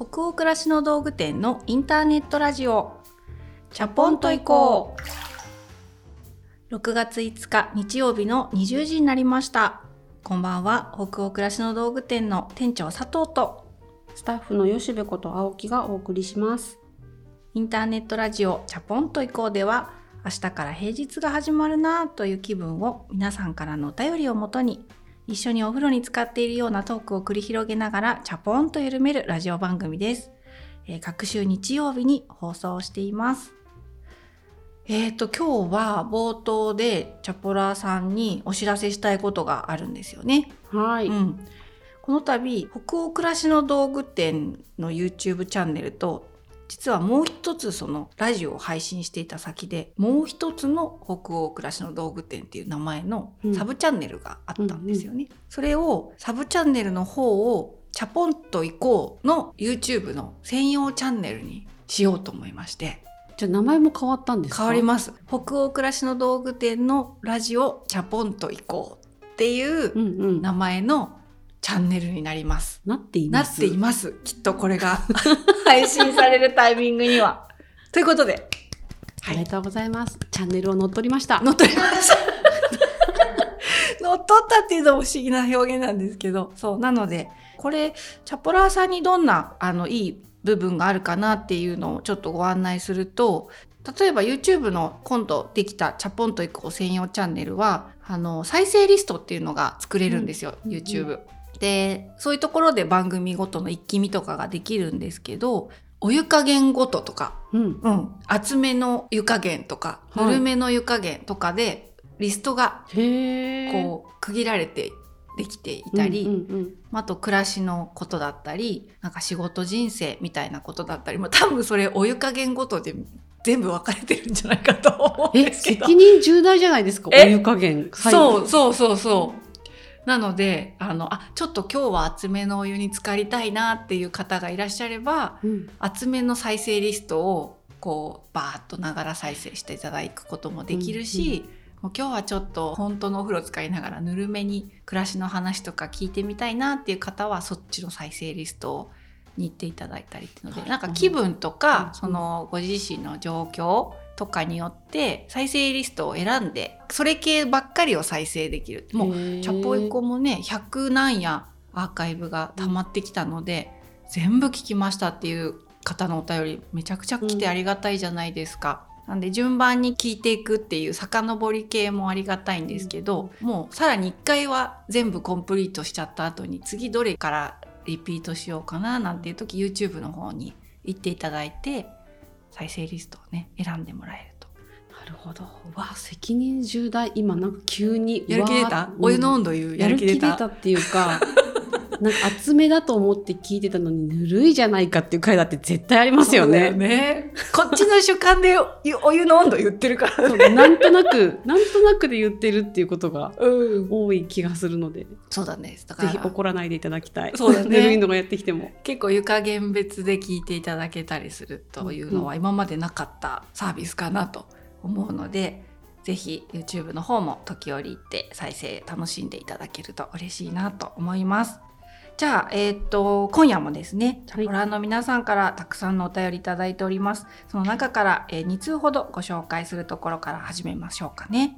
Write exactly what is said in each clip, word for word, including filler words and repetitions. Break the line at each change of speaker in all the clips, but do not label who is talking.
北欧暮らしの道具店のインターネットラジオ、チャポンと行こう。ろくがついつか日曜日のにじゅうじになりました。こんばんは。北欧暮らしの道具店の店長佐藤と
スタッフの吉部こと青木がお送りします。
インターネットラジオチャポンと行こうでは、明日から平日が始まるなという気分を皆さんからのお便りをもとに、一緒にお風呂に浸かっているようなトークを繰り広げながらチャポンと緩めるラジオ番組です。えー、各週日曜日に放送しています。えーと今日は冒頭でチャポラーさんにお知らせしたいことがあるんですよね。
はい、
うん、この度北欧暮らしの道具店の YouTube チャンネルと、実はもう一つそのラジオを配信していた先でもう一つの北欧暮らしの道具店っていう名前のサブチャンネルがあったんですよね。うんうんうん、それをサブチャンネルの方をチャポンと行こうの YouTube の専用チャンネルにしようと思いまして。
じゃあ名前も変わったんですか？
変わります。北欧暮らしの道具店のラジオチャポンと行こうっていう名前のチャンネルになります。
なっています。
なっています。きっとこれが配信されるタイミングには。ということで、
はい、ありがとうございます。チャンネルを乗っ取りました。
乗っ取りました。乗っ取ったっていうのも不思議な表現なんですけど、そうなのでこれチャポラーさんにどんなあのいい部分があるかなっていうのをちょっとご案内すると、例えば YouTube の今度できたチャポンと行こう専用チャンネルはあの再生リストっていうのが作れるんですよ、うん、YouTube、うんでそういうところで番組ごとの一気見とかができるんですけど、お湯加減ごととか、うんうん、厚めの湯加減とか、はい、ぬるめの湯加減とかでリストがこう区切られてできていたり、うんうんうん、あと暮らしのことだったり、なんか仕事人生みたいなことだったり、もう多分それお湯加減ごとで全部分かれてるんじゃないかと思うんですけど。
え、責任重大じゃないですか、お湯加減。
そうそうそうそう。なのであのあちょっと今日は厚めのお湯に浸かりたいなっていう方がいらっしゃれば、うん、厚めの再生リストをこうバーッとながら再生していただくこともできるし、うんうん、もう今日はちょっと本当のお風呂使いながらぬるめに暮らしの話とか聞いてみたいなっていう方はそっちの再生リストに行っていただいたりっていうので、なんか気分とか、うん、そのご自身の状況とかによって再生リストを選んでそれ系ばっかりを再生できる。もうチャポイコもねひゃくなんやアーカイブが溜まってきたので、うん、全部聞きましたっていう方のお便りめちゃくちゃ来てありがたいじゃないですか、うん、なんで順番に聞いていくっていう遡り系もありがたいんですけど、うん、もうさらにいっかいは全部コンプリートしちゃった後に次どれからリピートしようかななんていう時 YouTube の方に行っていただいて再生リストをね選んでもらえると。
なるほど。わ、責任重大。今なんか急に
やる気出た、お湯の温度いうやる気出た、
やる気出たっていうかなんか厚めだと思って聞いてたのにぬるいじゃないかっていう回だって絶対ありますよね。
そうだよね。こっちの主観でお湯の温度言ってるからね。
そうなんとなくなんとなくで言ってるっていうことが多い気がするので、うん、
そうだね。だから
ぜひ怒らないでいただきたい。
そうだね。
ぬるいのがやってきても
結構湯加減別で聞いていただけたりするというのは今までなかったサービスかなと思うので、ぜひ YouTube の方も時折行って再生楽しんでいただけると嬉しいなと思います。じゃあ、えー、っと今夜もですね、チャポラーの皆さんからたくさんのお便りいただいております。その中から、えー、に通ほどご紹介するところから始めましょうかね。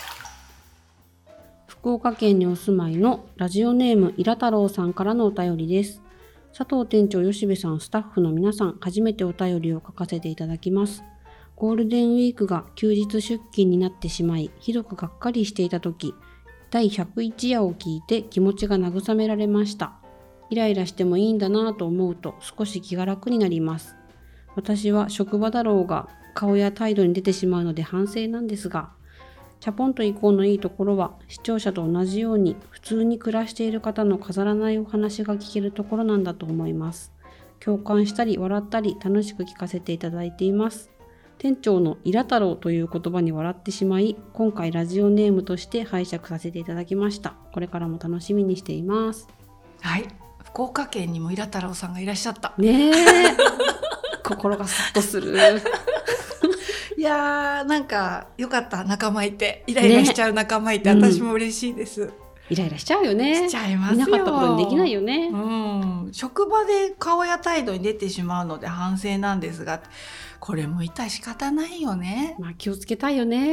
福岡県にお住まいのラジオネームイラ太郎さんからのお便りです。佐藤店長、吉部さん、スタッフの皆さん、初めてお便りを書かせていただきます。ゴールデンウィークが休日出勤になってしまい、ひどくがっかりしていた時、だいひゃくいち夜を聞いて気持ちが慰められました。イライラしてもいいんだなぁと思うと少し気が楽になります。私は職場だろうが顔や態度に出てしまうので反省なんですが、チャポンと行こうのいいところは視聴者と同じように普通に暮らしている方の飾らないお話が聞けるところなんだと思います。共感したり笑ったり楽しく聞かせていただいています。店長のイラ太郎という言葉に笑ってしまい、今回ラジオネームとして拝借させていただきました。これからも楽しみにしています。
はい、福岡県にもイラ太郎さんがいらっしゃった
ねえ心がスッとする
いやーなんかよかった、仲間いてイライラしちゃう仲間いて、ね、私も嬉しいです、うん、
イライラしちゃうよね。
しちゃいますよ。
見なかったことにできないよね。
うん、 、職場で顔や態度に出てしまうので反省なんですが、これも致し方ないよね。
まあ気をつけたいよね。
うん、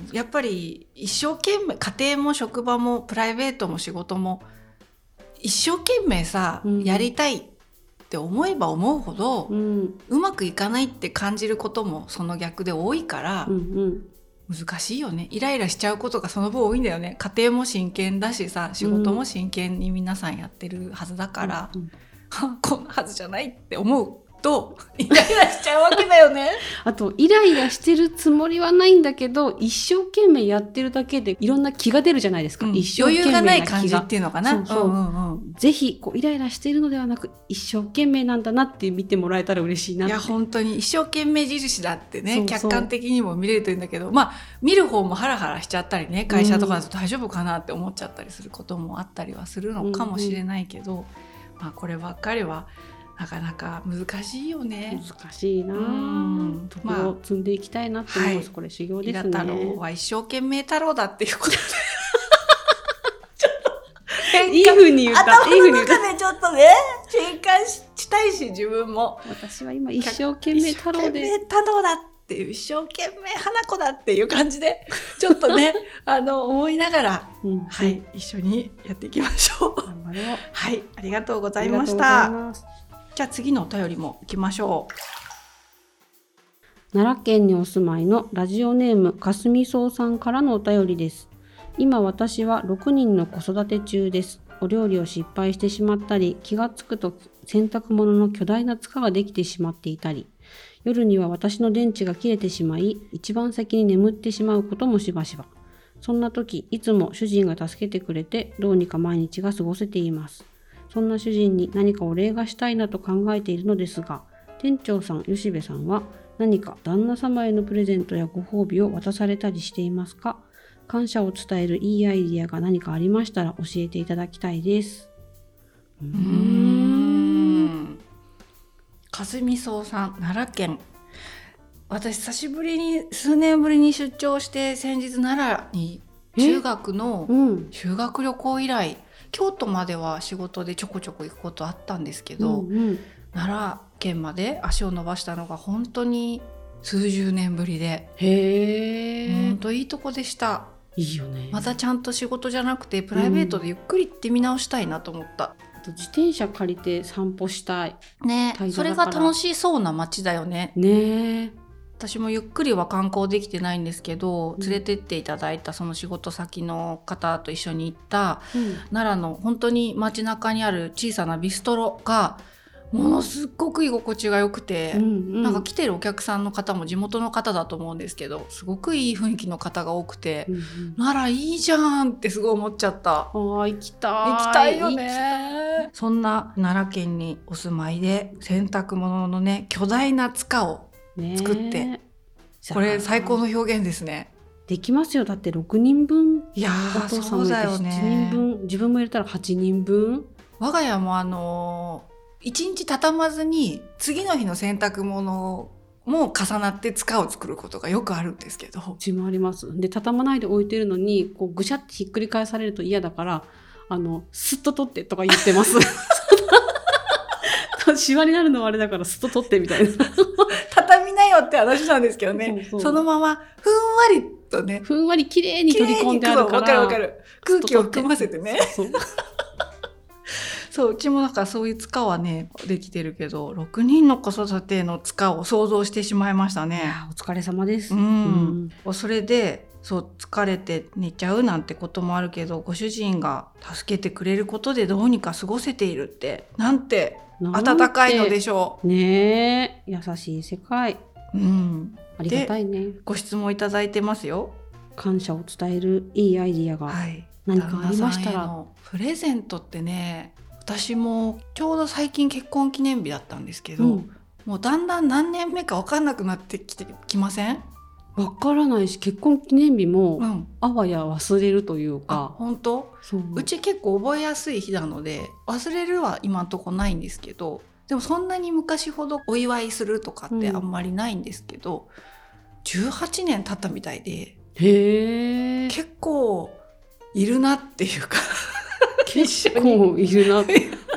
やっぱり一生懸命、家庭も職場もプライベートも仕事も一生懸命さ、うん、やりたいって思えば思うほど、うん、うまくいかないって感じることもその逆で多いから、うんうん、難しいよね。イライラしちゃうことがその分多いんだよね。家庭も真剣だしさ、仕事も真剣に皆さんやってるはずだから、うんうん、こんなはずじゃないって思うとイライラしちゃうわけだよね。
あとイライラしてるつもりはないんだけど、一生懸命やってるだけでいろんな気が出るじゃないですか、うん、一生懸命な気が、
余裕がない感じっていうのかな。
そうそう、うんうんうん、ぜひこうイライラしているのではなく、一生懸命なんだなって見てもらえたら嬉しいなって。
いや本当に一生懸命印だってね、そうそう、客観的にも見れるといいんだけど、まあ見る方もハラハラしちゃったりね、会社とかだと大丈夫かなって思っちゃったりすることもあったりはするのかもしれないけど、うんうん、まあこればっかりはなかなか難しいよね。
難しいな、うん、ところを積んでいきたいなと思います、まあ、これ修行ですね。
イラ太郎は一生懸命太郎だっていうことで
ちょっといい風に言った。
頭の中でちょっとね変換したいし、自分も
私は今一生懸命太郎で
一生懸命太郎だっていう、一生懸命花子だっていう感じでちょっとねあの思いながら、うん、はい、一緒にやっていきましょう。頑張ろう。はい、ありがとうございました。じゃあ次のお便りも行きましょ
う。奈良県にお住まいのラジオネームかすみそうさんからのお便りです。今私はろくにんの子育て中です。お料理を失敗してしまったり、気がつくと洗濯物の巨大な塚ができてしまっていたり、夜には私の電池が切れてしまい、一番先に眠ってしまうこともしばしば。そんな時、いつも主人が助けてくれて、どうにか毎日が過ごせています。そんな主人に何かお礼がしたいなと考えているのですが、店長さん、吉部さんは何か旦那様へのプレゼントやご褒美を渡されたりしていますか？感謝を伝えるいいアイディアが何かありましたら教えていただきたいです。
うーん。かすみそうさん、奈良県。私久しぶりに、数年ぶりに出張して、先日奈良に中学の修学旅行以来、うん、京都までは仕事でちょこちょこ行くことあったんですけど、うんうん、奈良県まで足を伸ばしたのが本当に数十年ぶりで、
へー、
本当いいとこでした。
いいよね。
またちゃんと仕事じゃなくてプライベートでゆっくり行ってみ直したいなと思った、うん、
あと自転車借りて散歩したい
ね。それが楽しそうな街だよね。
ね。
私もゆっくりは観光できてないんですけど、連れてっていただいたその仕事先の方と一緒に行った、うん、奈良の本当に街中にある小さなビストロがものすっごく居心地が良くて、うんうん、なんか来てるお客さんの方も地元の方だと思うんですけど、すごくいい雰囲気の方が多くて、うんうん、奈良いいじゃんってすごい思っちゃった。
あ、行きたい
行きたいよね。そんな奈良県にお住まいで洗濯物のね巨大な塚を作って、ね、これ最高の表現ですね。
できますよ。だってろくにんぶん、
いや
お父さんもいてしちにんぶん、自分も入れたらはちにんぶん。
我が家もあのいちにち畳まずに次の日の洗濯物も重なって塚を作ることがよくあるんですけど、う
ちもあります。で畳まないで置いてるのにこうぐしゃってひっくり返されると嫌だから、あのスッと取ってとか言ってますシワになるのはあれだからスッと取ってみたいな
畳みなよって話なんですけどね。そうそう、そのままふんわりとね、
ふんわりきれいに取り込んであるから、
わかるわかる、空気を含ませてね。そうそうそう、うちもなんかそういう塚はねできてるけど、ろくにんの子育ての塚を想像してしまいましたね。い
やお疲れ様です。
うん、うん、それでそう疲れて寝ちゃうなんてこともあるけど、ご主人が助けてくれることでどうにか過ごせているって、なんて温かいのでしょう
ね。優しい世界、
うん、
ありがたいね。
ご質問いただいてますよ。
感謝を伝えるいいアイディアが何かありましたら、
はい、プレゼントってね、私もちょうど最近結婚記念日だったんですけど、うん、もうだんだん何年目か分かんなくなってきてきません？
分からないし、結婚記念日もあわや忘れるというか、
うん、本当？そう、うち結構覚えやすい日なので忘れるは今んとこないんですけど、でもそんなに昔ほどお祝いするとかってあんまりないんですけど、うん、じゅうはちねん経ったみたいで、
へー、
結構いるなっていうか
結構いるなって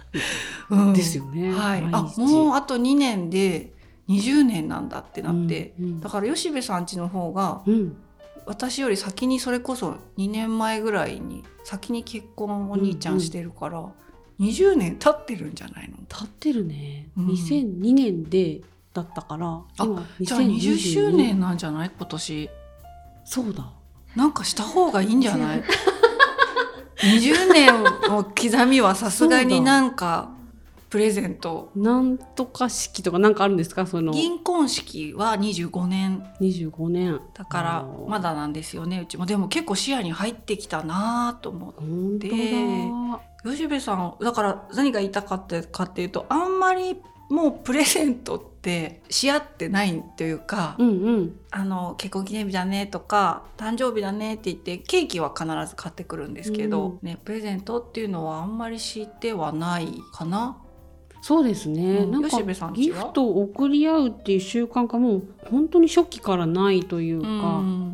うん、ですよね、
はい、あもうあとにねんでにじゅうねんなんだってなって、うんうん、だから吉部さん家の方が、うん、私より先にそれこそにねんまえぐらいに先に結婚お兄ちゃんしてるから、うんうん、にじゅうねん経ってるんじゃないの？
経ってるね、うん、にせんにねんでだったから
今じゃあにじゅっしゅうねんなんじゃない今年？
そうだ、
なんかした方がいいんじゃないにじゅうねんの刻みはさすがになんかプレゼント
なんとか式とかなんかあるんですか？その
銀婚式はにじゅうごねん
にじゅうごねん
だからまだなんですよね。うちもでも結構視野に入ってきたなと思って。
本
当だ。吉部さんだから何が言いたかったかっていうと、あんまりもうプレゼントってし合ってないというか、うんうん、あの結婚記念日だねとか誕生日だねって言ってケーキは必ず買ってくるんですけど、うんね、プレゼントっていうのはあんまり知ってはないかな。
そうですね、うん、なんか
吉部さん
ギフトを贈り合うっていう習慣がもう本当に初期からないというか、うん、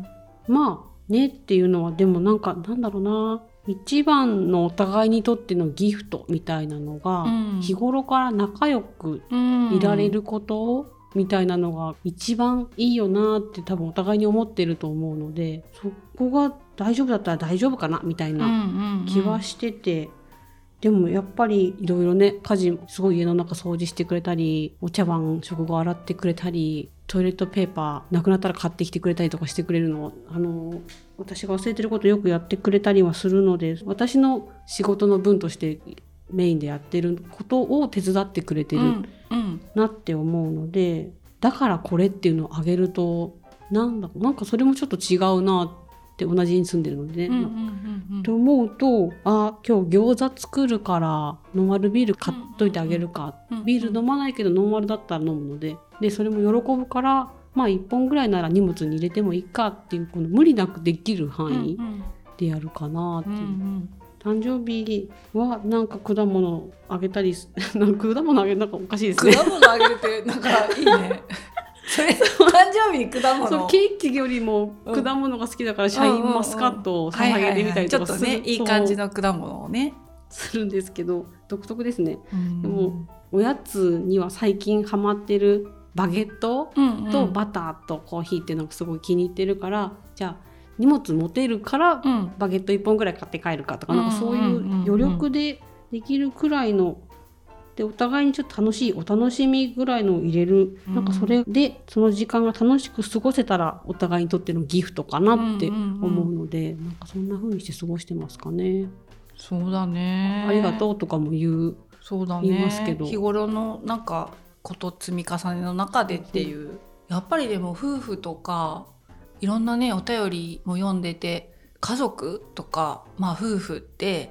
まあねっていうのはでもなんかなんだろうな、一番のお互いにとってのギフトみたいなのが、うん、日頃から仲良くいられることみたいなのが一番いいよなって多分お互いに思ってると思うので、そこが大丈夫だったら大丈夫かなみたいな気はしてて、うんうんうん、でもやっぱりいろいろね、家事すごい家の中掃除してくれたり、お茶碗食後洗ってくれたり、トイレットペーパーなくなったら買ってきてくれたりとかしてくれるのを、あの私が忘れてることよくやってくれたりはするので、私の仕事の分としてメインでやってることを手伝ってくれてるなって思うので、うんうん、だからこれっていうのをあげるとなんだなんかそれもちょっと違うなって同じに住んでるのでね、うんうんうんうん、と思うと、あ今日餃子作るからノンアルビール買っといてあげるか、うんうん、ビール飲まないけどノンアルだったら飲むので、でそれも喜ぶからまあいっぽんぐらいなら荷物に入れてもいいかっていう、この無理なくできる範囲でやるかなっていう、うんうん、誕生日はなんか果物あげたりなんか果物あげるなんかおかしいですね。
果物あげるってなんかいいねそれ誕生日に果物、
そうケーキよりも果物が好きだから、うん、シャインマスカットを捧げてみたりとかする、
ちょっとねいい感じの果物をね
するんですけど、独特ですね。でもおやつには最近ハマってるバゲットとバターとコーヒーっていうのがすごい気に入ってるから、うんうん、じゃあ荷物持てるからバゲットいっぽんぐらい買って帰るかとか、うん、なんかそういう余力でできるくらいので、お互いにちょっと楽しいお楽しみぐらいのを入れる、うん、なんかそれでその時間が楽しく過ごせたらお互いにとってのギフトかなって思うので、うんうんうん、なんかそんな風にして過ごしてますかね。
そうだね、
ありがとうとかも言う、
そうだね、
言いますけど、
日頃のなんかこと積み重ねの中でっていう、うん、やっぱりでも夫婦とかいろんなねお便りも読んでて、家族とか、まあ、夫婦って、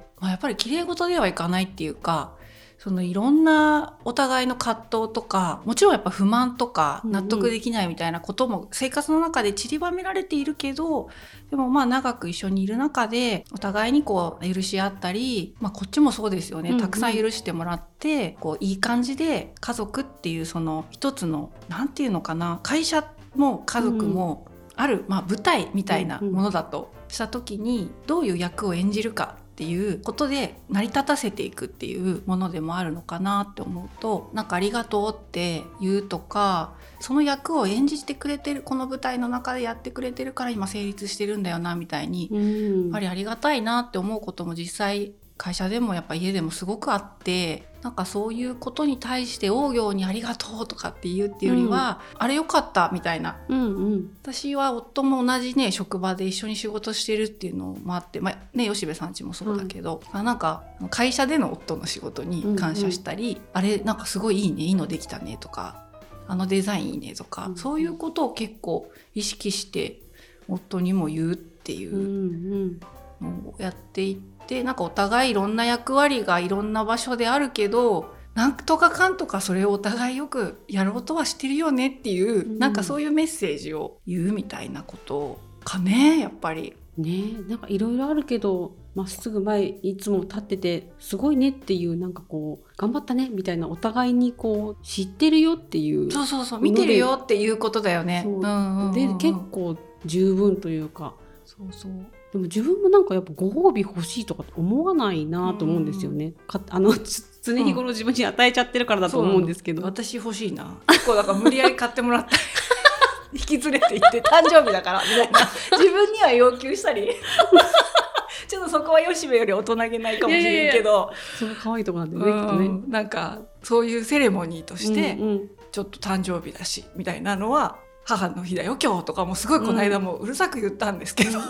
まあ、やっぱり綺麗事ではいかないっていうか、そのいろんなお互いの葛藤とか、もちろんやっぱ不満とか納得できないみたいなことも生活の中で散りばめられているけど、でもまあ長く一緒にいる中でお互いにこう許し合ったり、まあ、こっちもそうですよね、たくさん許してもらってこういい感じで家族っていうその一つのなんていうのかな、会社も家族もある、まあ、舞台みたいなものだとした時にどういう役を演じるかっていうことで成り立たせていくっていうものでもあるのかなって思うと、なんかありがとうって言うとか、その役を演じてくれてる、この舞台の中でやってくれてるから今成立してるんだよなみたいに、やっぱりありがたいなって思うことも実際会社でもやっぱ家でもすごくあって、なんかそういうことに対して大行にありがとうとかって言うっていうよりは、うん、あれよかったみたいな、うんうん、私は夫も同じね職場で一緒に仕事してるっていうのもあって、まあね、吉部さんちもそうだけど、うん、なんか会社での夫の仕事に感謝したり、うんうん、あれなんかすごいいいね、いいのできたねとか、あのデザインいいねとか、うん、そういうことを結構意識して夫にも言うっていうのをやっていって、でなんかお互いいろんな役割がいろんな場所であるけど、なんとかかんとかそれをお互いよくやろうとはしてるよねっていう、うん、なんかそういうメッセージを言うみたいなことかね、やっぱり
ね。なんかいろいろあるけどまっすぐ前いつも立っててすごいねっていう、なんかこう頑張ったねみたいな、お互いにこう知ってるよっていう、
そうそうそう、見てるよっていうことだよね。そう、うんうんうん、
で結構十分というか、
そうそう、
でも自分もなんかやっぱご褒美欲しいとか思わないなと思うんですよね、うん、かあの常日頃自分に与えちゃってるからだと思うんですけど、
うん、私欲しいな結構だから無理やり買ってもらった引き連れて行って誕生日だからみたいな自分には要求したりちょっとそこは吉部より大人げないかもしれんけど、
その可愛いとこなんだよね、きっとね。
なんかそういうセレモニーとして、
うんうん、
ちょっと誕生日だしみたいなのは母の日だよ今日とかもすごいこの間もうるさく言ったんですけど、うん、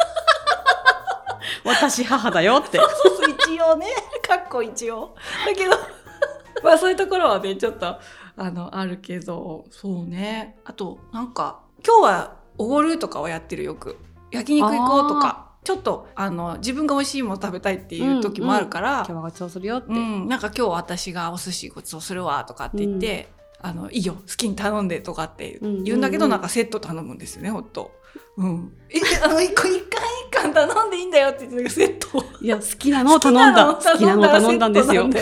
私母だよって
そうそうそう一応ねかっこ一応だけどまあそういうところはねちょっとあのあるけど、そうね、あとなんか今日はおごるとかはやってる、よく焼肉行こうとかちょっとあの自分が美味しいもの食べたいっていう時もあるから、
うんうん、今日はごちそうするよって、
うん、なんか今日私がお寿司ごちそうするわとかって言って、うん、あのいいよ好きに頼んでとかって言うんだけど、うんうんうん、なんかセット頼むんですよねほんと、うん、えあの一個一貫一貫頼んでいいんだよって言ってたけどセット
いや好きなのを頼んだ好きなのを頼んだんですよ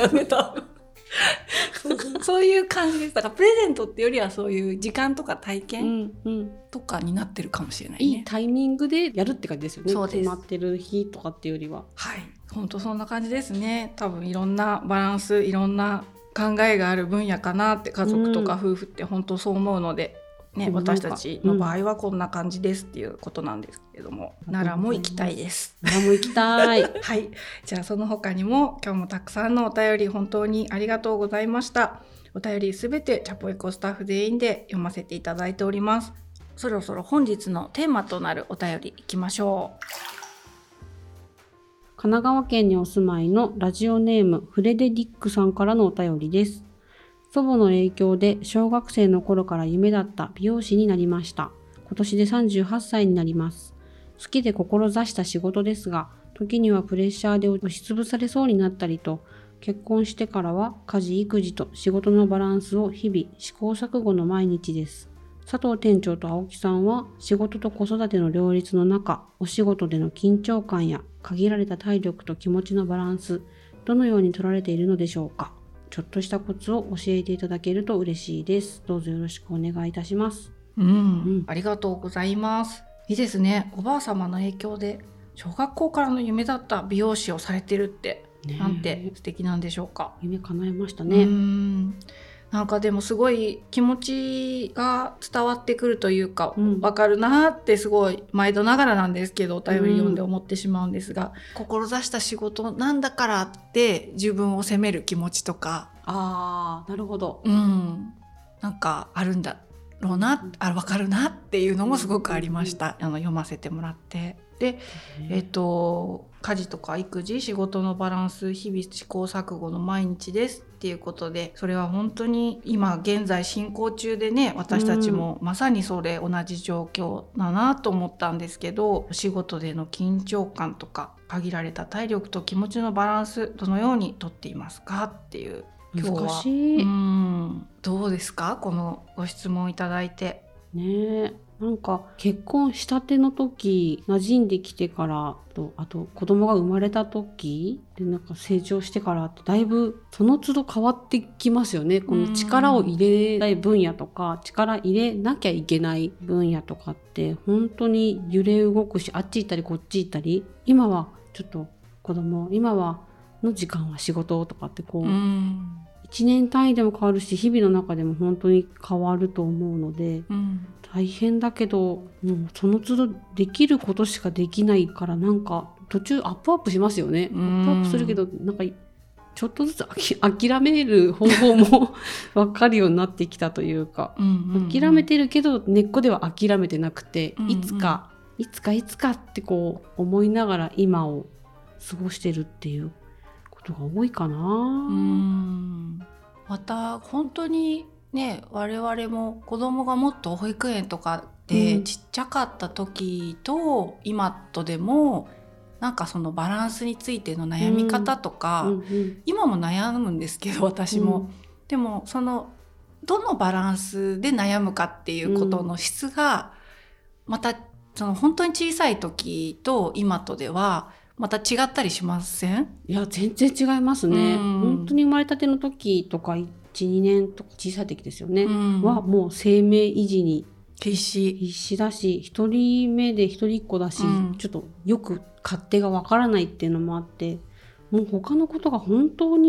そういう感じです。だからプレゼントってよりはそういう時間とか体験とかになってるかもしれないね、
いいタイミングでやるって感じですよね。
そうです。
決まってる日とかっていうよりは、
はい、本当そんな感じですね。多分いろんなバランスいろんな考えがある分野かなって、家族とか夫婦って本当そう思うので、うんね、私たちの場合はこんな感じですっていうことなんですけれども、うん、奈良も行きたいです。
奈良も行きたい
はい、じゃあその他にも今日もたくさんのお便り本当にありがとうございました。お便りすべてチャポエコスタッフ全員で読ませていただいております。そろそろ本日のテーマとなるお便りいきましょう。
神奈川県にお住まいのラジオネームフレデリックさんからのお便りです。祖母の影響で小学生の頃から夢だった美容師になりました。今年でさんじゅうはっさいになります。好きで志した仕事ですが、時にはプレッシャーで押しつぶされそうになったりと、結婚してからは家事育児と仕事のバランスを日々試行錯誤の毎日です。佐藤店長と青木さんは仕事と子育ての両立の中、お仕事での緊張感や限られた体力と気持ちのバランス、どのように取られているのでしょうか。ちょっとしたコツを教えていただけると嬉しいです。どうぞよろしくお願いいたします。
うん、うん、ありがとうございます。いいですね。おばあ様の影響で小学校からの夢だった美容師をされてるって、ね、なんて素敵なんでしょうか。
夢叶えましたね。
うん、なんかでもすごい気持ちが伝わってくるというか、うん、分かるなってすごい毎度ながらなんですけどお便り読んで思ってしまうんですが、うん、志した仕事なんだからって自分を責める気持ちとか、
あーなるほど、
うん、なんかあるんだろうな、あ分かるなっていうのもすごくありました、うん、あの読ませてもらって。で、えっと、家事とか育児仕事のバランス日々試行錯誤の毎日ですっていうことで、それは本当に今現在進行中でね、私たちもまさにそれ同じ状況だなと思ったんですけど、仕事での緊張感とか限られた体力と気持ちのバランスどのようにとっていますかっていう、今日は
難しい。
うんどうですか、このご質問いただいて。
ねえ、なんか結婚したての時、馴染んできてからと、あと子供が生まれた時で、なんか成長してからってだいぶその都度変わってきますよね。この力を入れたい分野とか力入れなきゃいけない分野とかって本当に揺れ動くし、あっち行ったりこっち行ったり、今はちょっと子供、今はの時間は仕事とかってこう、うんいちねん単位でも変わるし、日々の中でも本当に変わると思うので、うん、大変だけど、もうその都度できることしかできないから、なんか途中アップアップしますよね。アップアップするけど、なんかちょっとずつ諦める方法も分かるようになってきたというか、うんうんうん、諦めてるけど根っこでは諦めてなくて、うんうん、いつかいつかいつかってこう思いながら今を過ごしてるっていうことが多いかな。
うんまた本当にね、我々も子供がもっと保育園とかでちっちゃかった時と今とでも、なんかそのバランスについての悩み方とか、うんうんうん、今も悩むんですけど私も、うん、でもそのどのバランスで悩むかっていうことの質がまたその本当に小さい時と今とではまた違ったりしません？
いや全然違いますね、うん、本当に生まれたての時とかいち、にねんとか小さい時ですよね、うん、はもう生命維持に
必死
必死だし、一人目で一人っ子だし、うん、ちょっとよく勝手がわからないっていうのもあって、もう他のことが本当に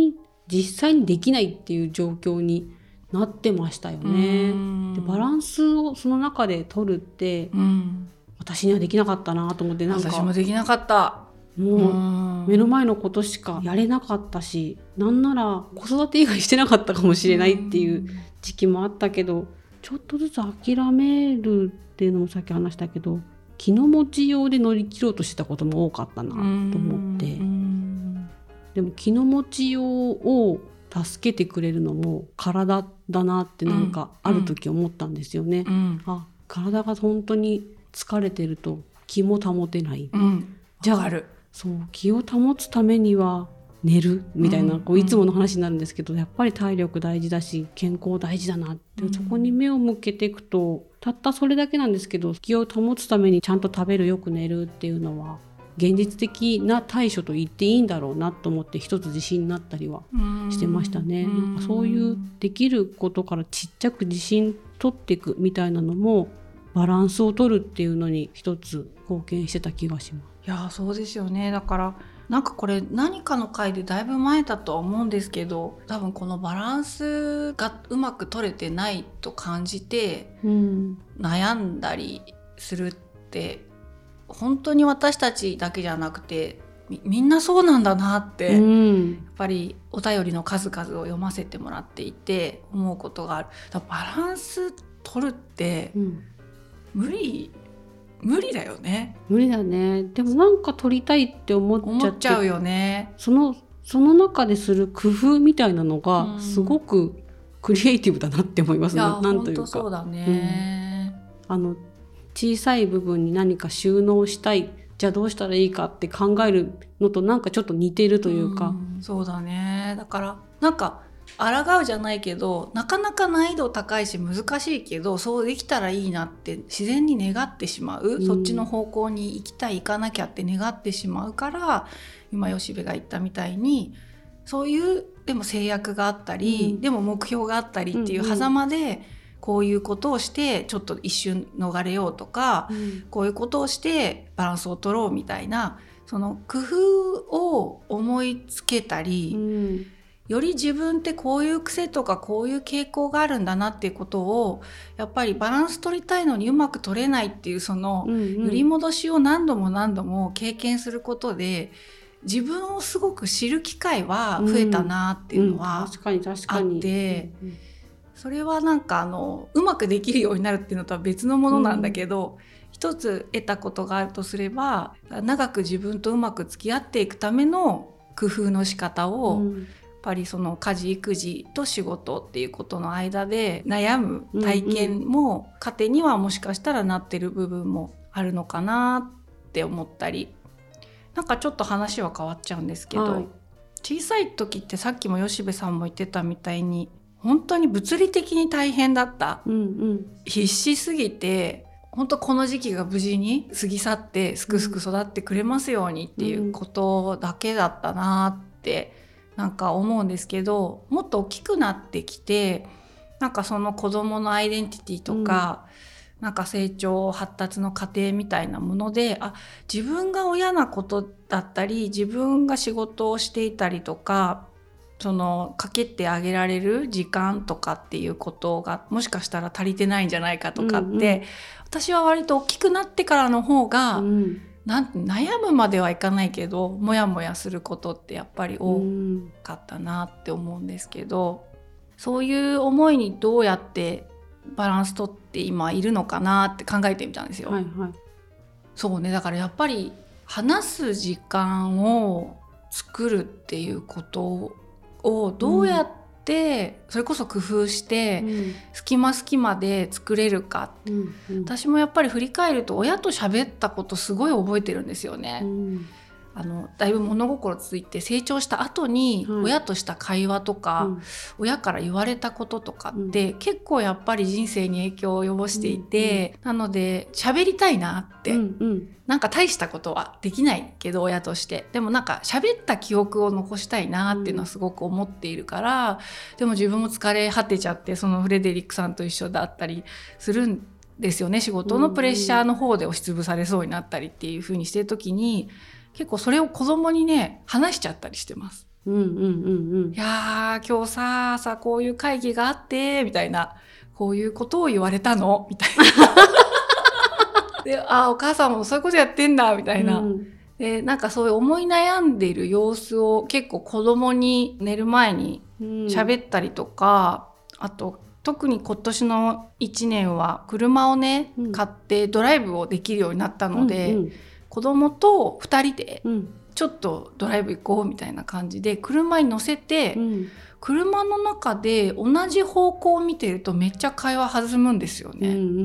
実際にできないっていう状況になってましたよね。でバランスをその中で取るって、うん、私にはできなかったなと思って、なんか
私もできなかった。
もう目の前のことしかやれなかったし、なんなら子育て以外してなかったかもしれないっていう時期もあったけど、ちょっとずつ諦めるっていうのもさっき話したけど、気の持ちようで乗り切ろうとしてたことも多かったなと思って、でも気の持ちようを助けてくれるのも体だなってなんかある時思ったんですよね、うんうん、あ、体が本当に疲れてると気も保てない、うん、じゃあそう気を保つためには寝るみたいな、うん、こういつもの話になるんですけど、やっぱり体力大事だし健康大事だなって、うん、そこに目を向けていくと、たったそれだけなんですけど、気を保つためにちゃんと食べる、よく寝るっていうのは現実的な対処と言っていいんだろうなと思って、一つ自信になったりはしてましたね。なんかそういうできることからちっちゃく自信取っていくみたいなのも、バランスを取るっていうのに一つ貢献してた気がします。
いやそうですよね。だからなんかこれ何かの回でだいぶ前だとは思うんですけど、多分このバランスがうまく取れてないと感じて、うん、悩んだりするって本当に私たちだけじゃなくて み, みんなそうなんだなって、うん、やっぱりお便りの数々を読ませてもらっていて思うことがある。だからバランス取るって、うん、無理無理だよね。
無理だね。でもなんか取りたいって思っちゃって
思っちゃうよね。
そのその中でする工夫みたいなのがすごくクリエイティブだなって思いますね。
いや
なんというか
本当そうだね、
うん、あの小さい部分に何か収納したい、じゃあどうしたらいいかって考えるのとなんかちょっと似てるというか、
うん、そうだね。だからなんか抗うじゃないけど、なかなか難易度高いし難しいけど、そうできたらいいなって自然に願ってしまう、うん、そっちの方向に行きたい、行かなきゃって願ってしまうから、今吉部が言ったみたいにそういうでも制約があったり、うん、でも目標があったりっていう狭間でこういうことをしてちょっと一瞬逃れようとか、うん、こういうことをしてバランスを取ろうみたいな、その工夫を思いつけたり、うん、より自分ってこういう癖とかこういう傾向があるんだなっていうことをやっぱりバランス取りたいのにうまく取れないっていう、その揺り戻しを何度も何度も経験することで自分をすごく知る機会は増えたなっていうのはあって、それはなんかあのうまくできるようになるっていうのとは別のものなんだけど、一つ得たことがあるとすれば、長く自分とうまく付き合っていくための工夫の仕方を、うん、やっぱりその家事育児と仕事っていうことの間で悩む体験も家庭にはもしかしたらなってる部分もあるのかなって思ったり、なんかちょっと話は変わっちゃうんですけど、はい、小さい時ってさっきも吉部さんも言ってたみたいに本当に物理的に大変だった、うんうん、必死すぎて本当この時期が無事に過ぎ去ってすくすく育ってくれますようにっていうことだけだったなってなんか思うんですけど、もっと大きくなってきてなんかその子どものアイデンティティとか、うん、なんか成長発達の過程みたいなもので、あ、自分が親なことだったり自分が仕事をしていたりとか、そのかけてあげられる時間とかっていうことがもしかしたら足りてないんじゃないかとかって、うんうん、私は割と大きくなってからの方が、うん、なん悩むまではいかないけどモヤモヤすることってやっぱり多かったなって思うんですけど、うん、そういう思いにどうやってバランス取って今いるのかなって考えてみたんですよ、はいはい、そうね。だからやっぱり話す時間を作るっていうことをどうやってそれこそ工夫して隙間隙間で作れるか、うんうん、私もやっぱり振り返ると親と喋ったことすごい覚えてるんですよね、うん、あのだいぶ物心ついて成長した後に親とした会話とか、うん、親から言われたこととかって、うん、結構やっぱり人生に影響を及ぼしていて、うんうん、なので喋りたいなって、うんうん、なんか大したことはできないけど親としてでもなんか喋った記憶を残したいなっていうのはすごく思っているから、うん、でも自分も疲れ果てちゃってそのフレデリックさんと一緒だったりするんですよね。仕事のプレッシャーの方で押しつぶされそうになったりっていう風にしてる時に結構それを子供にね話しちゃったりしてます。
うんうんうんうん、
いやー今日さ朝こういう会議があってみたいな、こういうことを言われたのみたいなで、あお母さんもそういうことやってんだみたいな、うん、でなんかそういう思い悩んでいる様子を結構子供に寝る前に喋ったりとか、うん、あと特に今年のいちねんは車をね、うん、買ってドライブをできるようになったので、うんうん、子供とふたりでちょっとドライブ行こうみたいな感じで車に乗せて、うん、車の中で同じ方向を見てるとめっちゃ会話弾むんですよね、うんうんうんうん、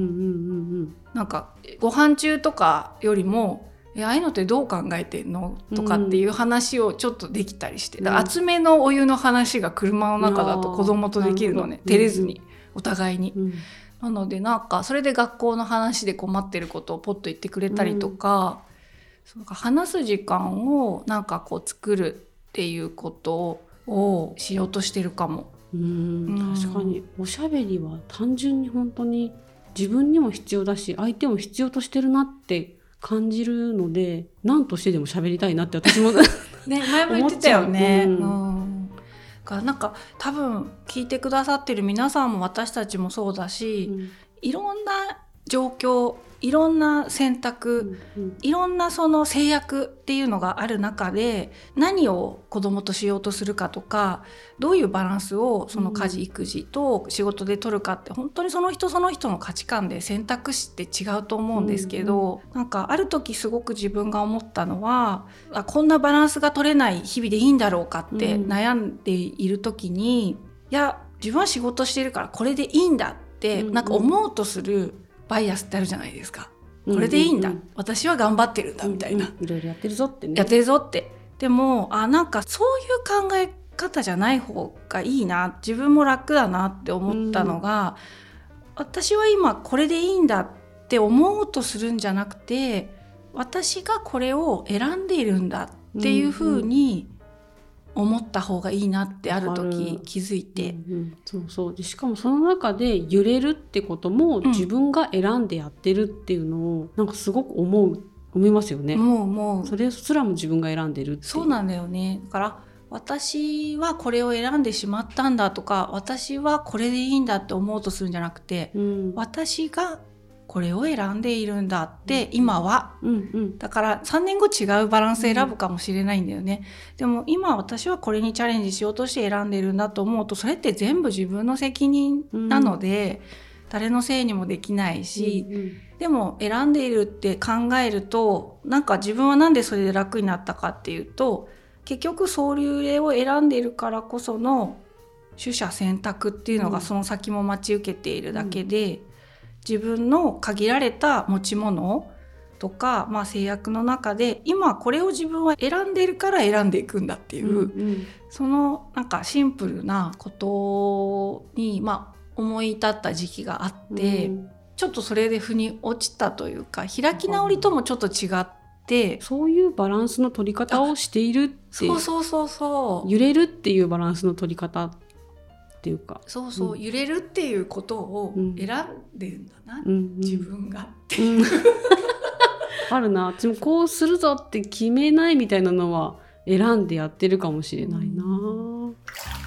なんかご飯中とかよりもえああいうのってどう考えてんのとかっていう話をちょっとできたりして、うん、厚めのお湯の話が車の中だと子供とできるのね、照れずにお互いに、うん、なのでなんかそれで学校の話で困ってることをポッと言ってくれたりとか、うん、そうか話す時間をなんかこう作るっていうことをしようとしてるかも。
うん、確かにおしゃべりは単純に本当に自分にも必要だし相手も必要としてるなって感じるので、何としてでも喋りたいなって私もね
前も言ってたよね、うんうん、なんか多分聞いてくださってる皆さんも私たちもそうだし、うん、いろんな状況いろんな選択、うんうん、いろんなその制約っていうのがある中で何を子供としようとするかとか、どういうバランスをその家事育児と仕事で取るかって本当にその人その人の価値観で選択肢って違うと思うんですけど、うんうん、なんかある時すごく自分が思ったのは、あこんなバランスが取れない日々でいいんだろうかって悩んでいる時に、うん、いや自分は仕事してるからこれでいいんだってなんか思うとするバイアスってあるじゃないですか。これでいいんだ、うんうんうん、私は頑張ってるんだみたいな、うんうん、
いろいろやってるぞってね
やってるぞって。でもあなんかそういう考え方じゃない方がいいな、自分も楽だなって思ったのが、うん、私は今これでいいんだって思おうとするんじゃなくて、私がこれを選んでいるんだっていう風に思った方がいいなってある時気づいて、
うんうん、そうそうでしかもその中で揺れるってことも自分が選んでやってるっていうのをなんかすごく思う思いますよね。
もうもう
それすらも自分が選んでるっていう。
そうなんだよね。だから私はこれを選んでしまったんだとか、私はこれでいいんだって思おうとするんじゃなくて、うん、私がこれを選んでいるんだって今は、うんうん、だからさんねんご違うバランス選ぶかもしれないんだよね、うん、でも今私はこれにチャレンジしようとして選んでいるんだと思うと、それって全部自分の責任なので、うん、誰のせいにもできないし、うんうん、でも選んでいるって考えるとなんか自分はなんでそれで楽になったかっていうと、結局そういう例を選んでいるからこその取捨選択っていうのがその先も待ち受けているだけで、うんうん、自分の限られた持ち物とか、まあ、制約の中で今これを自分は選んでいるから選んでいくんだっていう、うんうん、そのなんかシンプルなことに、まあ、思い至った時期があって、うん、ちょっとそれで腑に落ちたというか、開き直りともちょっと違って、
そういうバランスの取り方をしているって、
そうそうそうそう、
揺れるっていうバランスの取り方っていうか、
そうそう、うん、揺れるっていうことを選んでるんだな、うん、自分がっていう、うん、
あるな。私もこうするぞって決めないみたいなのは選んでやってるかもしれないな、うん、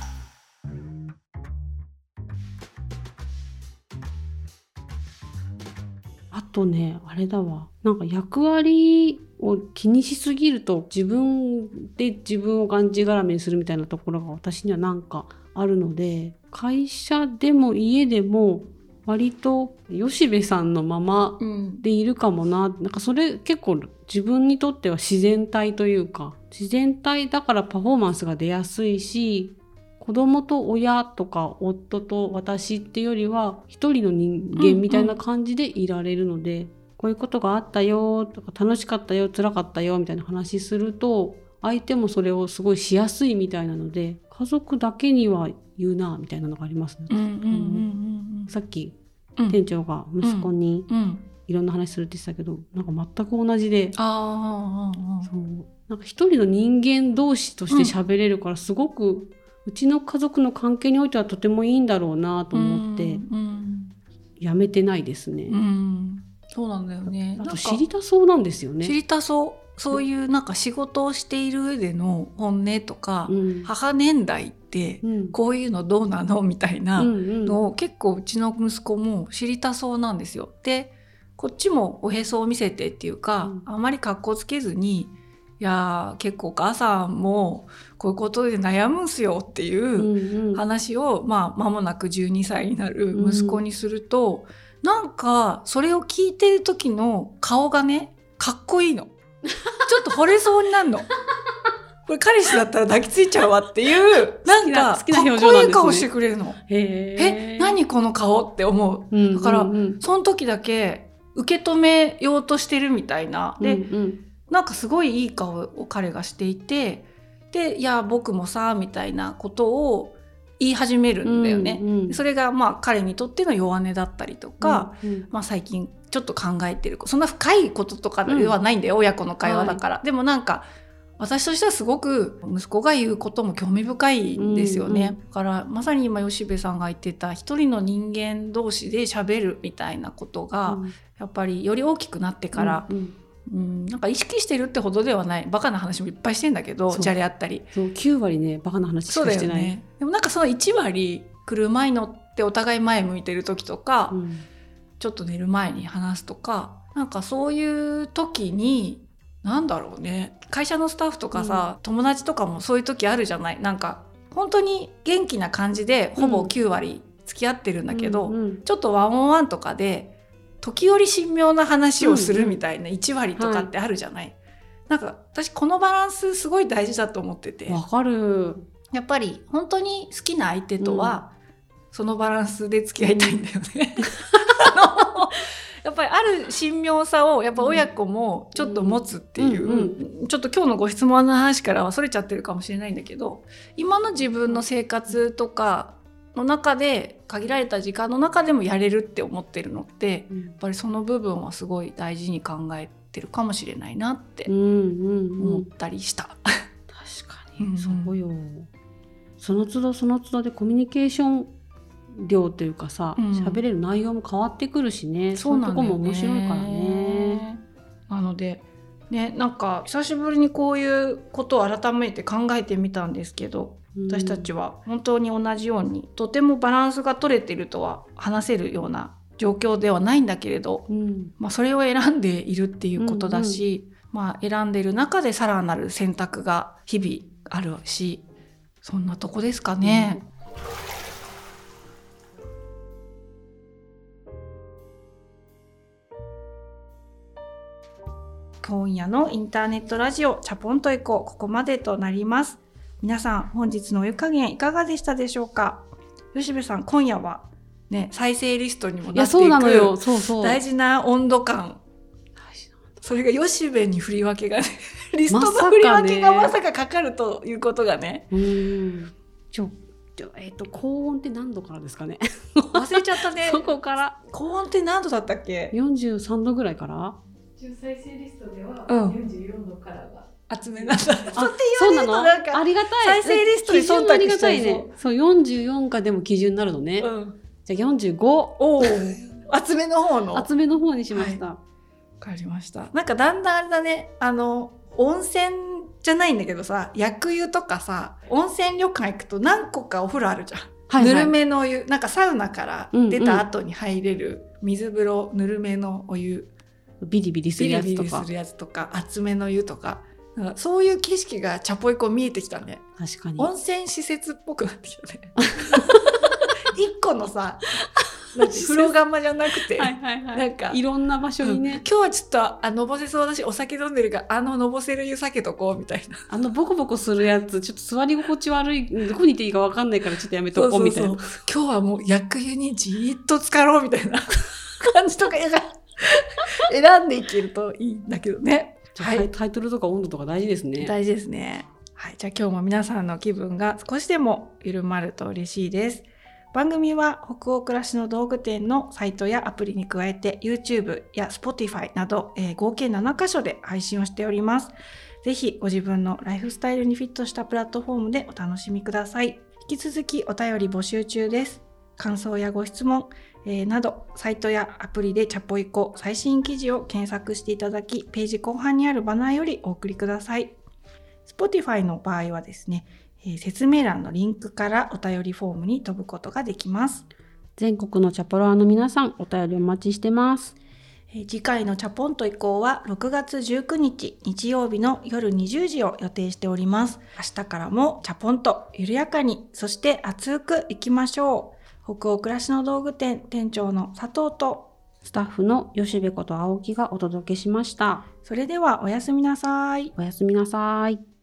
あとねあれだわ、なんか役割を気にしすぎると自分で自分をがんじがらめにするみたいなところが私にはなんかあるので、会社でも家でも割と吉部さんのままでいるかもな、うん、なんかそれ結構自分にとっては自然体というか、自然体だからパフォーマンスが出やすいし、子供と親とか夫と私っていうよりは一人の人間みたいな感じでいられるので、うんうん、こういうことがあったよとか楽しかったよ辛かったよみたいな話すると相手もそれをすごいしやすいみたいなので、家族だけには言うなみたいなのがありますね、うんうんうんうん、さっき、うん、店長が息子にいろんな話するって言ってたけど、なんか全く同じで、あそうなんか一人の人間同士として喋れるからすごく、うん、うちの家族の関係においてはとてもいいんだろうなと思って、うんうん、やめてないですね、うん、
そうなんだよね。
あと知りたそうなんですよね。
知りたそそういうなんか仕事をしている上での本音とか、
うん、
母年代ってこういうのどうなのみたいなのを結構うちの息子も知りたそうなんですよ。でこっちもおへそを見せてっていうか、うん、あまり格好つけずに、いや結構お母さんもこういうことで悩むんすよっていう話を、うんうん、まあ間もなくじゅうにさいになる息子にすると、うん、なんかそれを聞いてる時の顔がねかっこいいの。ちょっと惚れそうになるの。これ彼氏だったら抱きついちゃうわっていうなんかかっこいい顔してくれるの。え、何この顔って思う。だから、うんうんうん、その時だけ受け止めようとしてるみたいな。で、うんうん、なんかすごいいい顔を彼がしていて、で、いや僕もさみたいなことを言い始めるんだよね。うんうん、それがまあ彼にとっての弱音だったりとか、うんうん、まあ最近ちょっと考えてる、そんな深いこととかではないんだよ、うん、親子の会話だから、はい、でもなんか私としてはすごく息子が言うことも興味深いんですよね、うんうん、だからまさに今吉部さんが言ってた一人の人間同士で喋るみたいなことが、うん、やっぱりより大きくなってから、うんうんうん、なんか意識してるってほどではない、バカな話もいっぱいしてんだけど、じゃれあったり、
そうきゅうわりねバカな話しかしてない、ね、
でもなんかそのいちわり車に乗ってお互い前向いてる時とか、うん、ちょっと寝る前に話すとか、なんかそういう時になんだろうね、会社のスタッフとかさ、うん、友達とかもそういう時あるじゃない。なんか本当に元気な感じでほぼきゅうわり付き合ってるんだけど、うんうん、ちょっとワンオンワンとかで時折神妙な話をするみたいないちわりとかってあるじゃない、はい、なんか私このバランスすごい大事だと思ってて。
わかる。
やっぱり本当に好きな相手とは、うん、そのバランスで付き合いたいんだよね、うんやっぱりある神妙さをやっぱ親子もちょっと持つっていう、うんうんうん、ちょっと今日のご質問の話からはそれちゃってるかもしれないんだけど、今の自分の生活とかの中で限られた時間の中でもやれるって思ってるのって、うん、やっぱりその部分はすごい大事に考えてるかもしれないなって思ったりした、うんうんうん、
確かにそうよ、うん、その都度その都度でコミュニケーション量というかさ、喋、うん、れる内容も変わってくるしね。そういうとこも面白いからね。
なのでね、なんか久しぶりにこういうことを改めて考えてみたんですけど、うん、私たちは本当に同じようにとてもバランスが取れてるとは話せるような状況ではないんだけれど、うんまあ、それを選んでいるっていうことだし、うんうんまあ、選んでいる中でさらなる選択が日々あるし、そんなとこですかね、うん今夜のインターネットラジオチャポンといこう、ここまでとなります。皆さん本日のお湯加減いかがでしたでしょうか。吉部さん、今夜はね再生リストにもなっていく、いやそうなのよ、そうそう大事な温度感、それが吉部に振り分けがねリストの振り分けがまさかかかるということがね、
うーんちょちょえっ、ー、と高温って何度からですかね
忘れちゃったね
そこから
高温って何度だったっけ。
よんじゅうさんどぐらいから。
再生リストではよんじゅうよんどからが
厚めなんだ、うん、そうって
言われるとなんか
ありがたい、再生リストに忖度しちゃいそう、ね、
そうよんじゅうよんかでも基準になるのね、うん、じゃあよんじゅうご
お厚めの方の
厚めの方にしました。わ、はい、
かりました。なんかだんだんあれだね、あの温泉じゃないんだけどさ、薬湯とかさ、温泉旅館行くと何個かお風呂あるじゃん、はいはい、ぬるめのお湯、なんかサウナから出た後に入れる水風呂、ぬるめのお湯、
ビリビリするやつとか、ビリビリす
るやつとか、厚めの湯とか、なんかそういう景色がチャポイコ見えてきたね。
確かに
温泉施設っぽくなってきたね一個のさ、なんて風呂釜じゃなくてはいはい、はい、なんか
いろんな場所にね、うん、
今日はちょっとあのぼせそうだしお酒飲んでるからあののぼせる湯避けとこうみたいな、
あのボコボコするやつちょっと座り心地悪い、どこにいていいか分かんないからちょっとやめとこうみたいな、そうそうそう、
今日はもう薬湯にじーっと浸かろうみたいな感じとか選んでいけるといいんだけどね。
はい、タイトルとか温度とか大事ですね。
大事ですね。はい、じゃあ今日も皆さんの気分が少しでも緩まると嬉しいです。番組は北欧暮らしの道具店のサイトやアプリに加えて YouTube や Spotify など、えー、合計ななかしょで配信をしております。ぜひご自分のライフスタイルにフィットしたプラットフォームでお楽しみください。引き続きお便り募集中です。 感想やご質問、えー、などサイトやアプリでチャポイコ最新記事を検索していただき、ページ後半にあるバナーよりお送りください。 Spotify の場合はですね、えー、説明欄のリンクからお便りフォームに飛ぶことができます。
全国のチャポラーの皆さん、お便りお待ちしてます。
次回のチャポンと移行はろくがつじゅうくにち日曜日の夜にじゅうじを予定しております。明日からもチャポンと緩やかに、そして熱くいきましょう。北欧暮らしの道具店店長の佐藤と
スタッフの吉部こと青木がお届けしました。
それではおやすみなさい。
おやすみなさい。